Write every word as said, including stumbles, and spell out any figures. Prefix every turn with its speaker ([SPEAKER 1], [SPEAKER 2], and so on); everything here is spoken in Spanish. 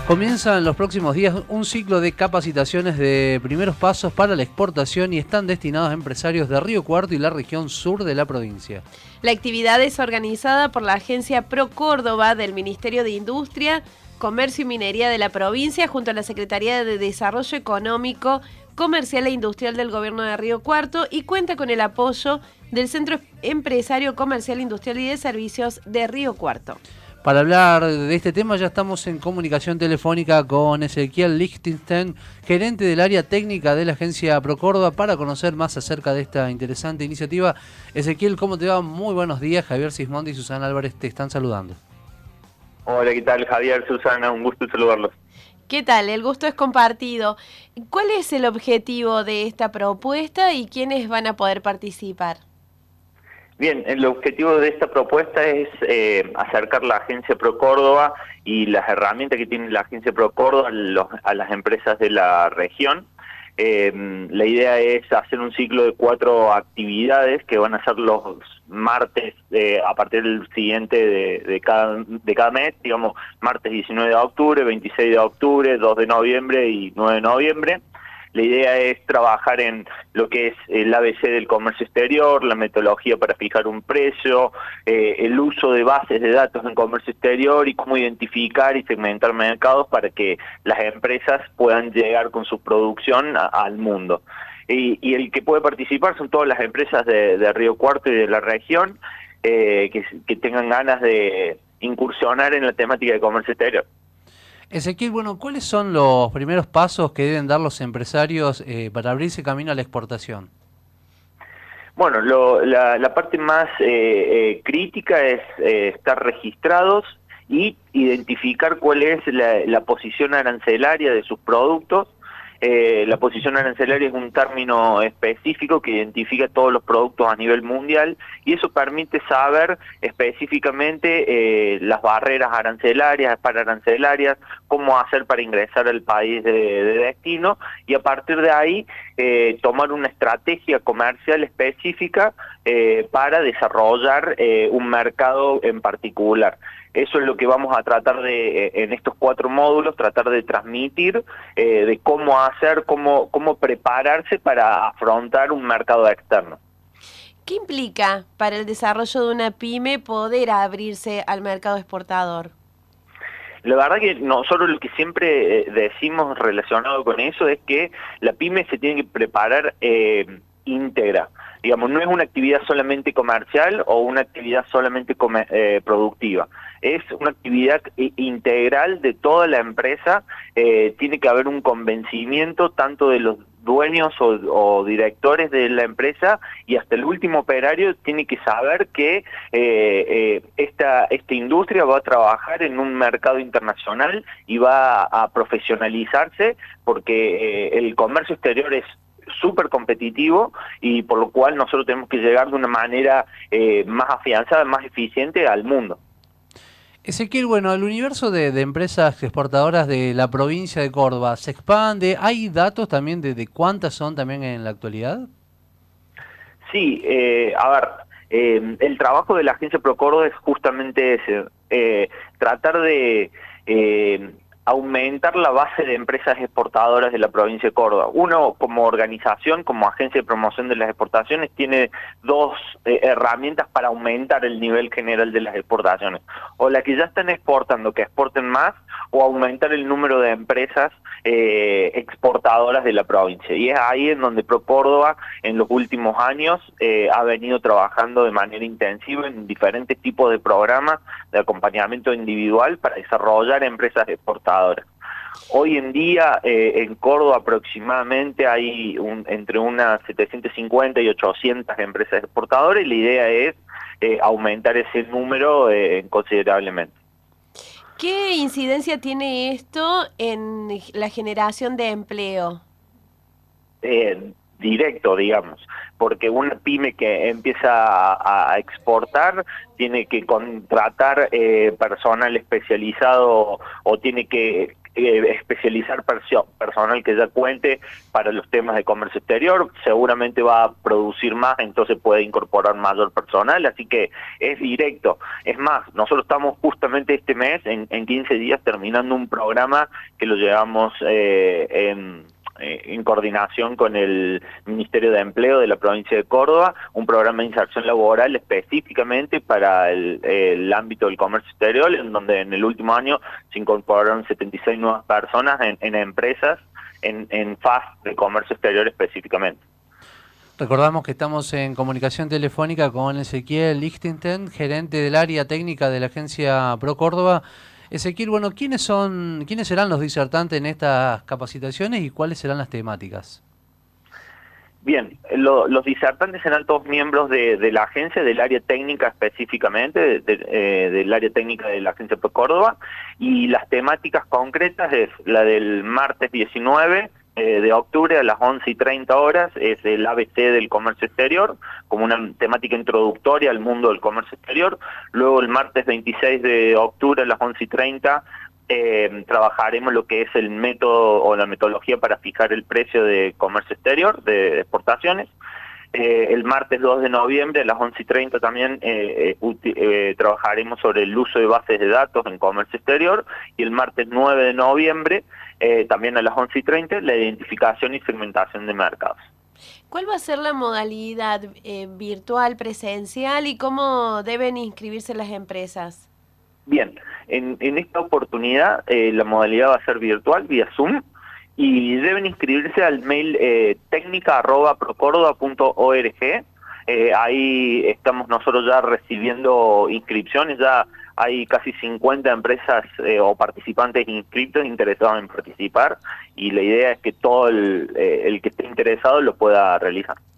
[SPEAKER 1] Comienza en los próximos días un ciclo de capacitaciones de primeros pasos para la exportación y están destinados a empresarios de Río Cuarto y la región sur de la provincia.
[SPEAKER 2] La actividad es organizada por la agencia ProCórdoba del Ministerio de Industria, Comercio y Minería de la provincia junto a la Secretaría de Desarrollo Económico, Comercial e Industrial del Gobierno de Río Cuarto y cuenta con el apoyo del Centro Empresario Comercial, Industrial y de Servicios de Río Cuarto.
[SPEAKER 1] Para hablar de este tema ya estamos en comunicación telefónica con Ezequiel Lichtenstein, gerente del área técnica de la agencia ProCórdoba, para conocer más acerca de esta interesante iniciativa. Ezequiel, ¿cómo te va? Muy buenos días. Javier Sismondi y Susana Álvarez te están saludando.
[SPEAKER 3] Hola, ¿qué tal? Javier, Susana, un gusto saludarlos.
[SPEAKER 2] ¿Qué tal? El gusto es compartido. ¿Cuál es el objetivo de esta propuesta y quiénes van a poder participar?
[SPEAKER 3] Bien, el objetivo de esta propuesta es eh, acercar la agencia ProCórdoba y las herramientas que tiene la agencia ProCórdoba a, los, a las empresas de la región. Eh, la idea es hacer un ciclo de cuatro actividades que van a ser los martes eh, a partir del siguiente de, de, cada, de cada mes, digamos, martes diecinueve de octubre, veintiséis de octubre, dos de noviembre y nueve de noviembre. La idea es trabajar en lo que es el A B C del comercio exterior, la metodología para fijar un precio, eh, el uso de bases de datos en comercio exterior y cómo identificar y segmentar mercados para que las empresas puedan llegar con su producción a, al mundo. Y, y el que puede participar son todas las empresas de, de Río Cuarto y de la región eh, que, que tengan ganas de incursionar en la temática de comercio exterior.
[SPEAKER 1] Ezequiel, bueno, ¿cuáles son los primeros pasos que deben dar los empresarios eh, para abrirse camino a la exportación?
[SPEAKER 3] Bueno, lo, la, la parte más eh, eh, crítica es eh, estar registrados y identificar cuál es la, la posición arancelaria de sus productos. Eh, la posición arancelaria es un término específico que identifica todos los productos a nivel mundial y eso permite saber específicamente eh, las barreras arancelarias, pararancelarias, cómo hacer para ingresar al país de, de destino y a partir de ahí eh, tomar una estrategia comercial específica eh, para desarrollar eh, un mercado en particular. Eso es lo que vamos a tratar de, en estos cuatro módulos, tratar de transmitir, eh, de cómo hacer, cómo, cómo prepararse para afrontar un mercado externo.
[SPEAKER 2] ¿Qué implica para el desarrollo de una pyme poder abrirse al mercado exportador?
[SPEAKER 3] La verdad que nosotros lo que siempre decimos relacionado con eso es que la pyme se tiene que preparar eh, íntegra. Digamos, no es una actividad solamente comercial o una actividad solamente eh, productiva. Es una actividad integral de toda la empresa. Eh, tiene que haber un convencimiento tanto de los dueños o, o directores de la empresa y hasta el último operario tiene que saber que eh, eh, esta, esta industria va a trabajar en un mercado internacional y va a, a profesionalizarse porque eh, el comercio exterior es súper competitivo y por lo cual nosotros tenemos que llegar de una manera eh, más afianzada, más eficiente al mundo.
[SPEAKER 1] Ezequiel, bueno, el universo de, de empresas exportadoras de la provincia de Córdoba se expande. ¿Hay datos también de, de cuántas son también en la actualidad?
[SPEAKER 3] Sí, eh, a ver, eh, el trabajo de la agencia ProCórdoba es justamente ese, eh, tratar de eh, aumentar la base de empresas exportadoras de la provincia de Córdoba. Uno, como organización, como agencia de promoción de las exportaciones, tiene dos eh, herramientas para aumentar el nivel general de las exportaciones. O las que ya están exportando, que exporten más, o aumentar el número de empresas eh, exportadoras de la provincia. Y es ahí en donde ProCórdoba en los últimos años eh, ha venido trabajando de manera intensiva en diferentes tipos de programas de acompañamiento individual para desarrollar empresas exportadoras. Hoy en día eh, en Córdoba aproximadamente hay un, entre unas setecientas cincuenta y ochocientas empresas exportadoras y la idea es eh, aumentar ese número eh, considerablemente.
[SPEAKER 2] ¿Qué incidencia tiene esto en la generación de empleo?
[SPEAKER 3] Eh, directo, digamos, porque una pyme que empieza a, a exportar tiene que contratar eh, personal especializado o tiene que eh, especializar perso personal que ya cuente para los temas de comercio exterior, seguramente va a producir más, entonces puede incorporar mayor personal, así que es directo. Es más, nosotros estamos justamente este mes, en, en quince días, terminando un programa que lo llevamos eh, en... en coordinación con el Ministerio de Empleo de la provincia de Córdoba, un programa de inserción laboral específicamente para el, el ámbito del comercio exterior, en donde en el último año se incorporaron setenta y seis nuevas personas en, en empresas en, en faz de comercio exterior específicamente.
[SPEAKER 1] Recordamos que estamos en comunicación telefónica con Ezequiel Lichtenstein, gerente del área técnica de la agencia Pro Córdoba. Ezequiel, bueno, ¿quiénes son, quiénes serán los disertantes en estas capacitaciones y cuáles serán las temáticas?
[SPEAKER 3] Bien, lo, los disertantes serán todos miembros de, de la agencia, del área técnica específicamente, de, de, eh, del área técnica de la agencia Pro Córdoba, y las temáticas concretas es la del martes diecinueve de octubre a las once y treinta horas, es el A B C del comercio exterior, como una temática introductoria al mundo del comercio exterior. Luego el martes veintiséis de octubre a las once y treinta eh, trabajaremos lo que es el método o la metodología para fijar el precio de comercio exterior, de exportaciones. Eh, el martes dos de noviembre a las once y treinta también eh, eh, eh, trabajaremos sobre el uso de bases de datos en comercio exterior, y el martes nueve de noviembre eh, también a las once y treinta la identificación y segmentación de mercados.
[SPEAKER 2] ¿Cuál va a ser la modalidad eh, virtual, presencial, y cómo deben inscribirse las empresas?
[SPEAKER 3] Bien, en, en esta oportunidad eh, la modalidad va a ser virtual, vía Zoom, y deben inscribirse al mail eh, técnica arroba procordoba punto org. Eh, ahí estamos nosotros ya recibiendo inscripciones, ya hay casi cincuenta empresas eh, o participantes inscritos interesados en participar, y la idea es que todo el, eh, el que esté interesado lo pueda realizar.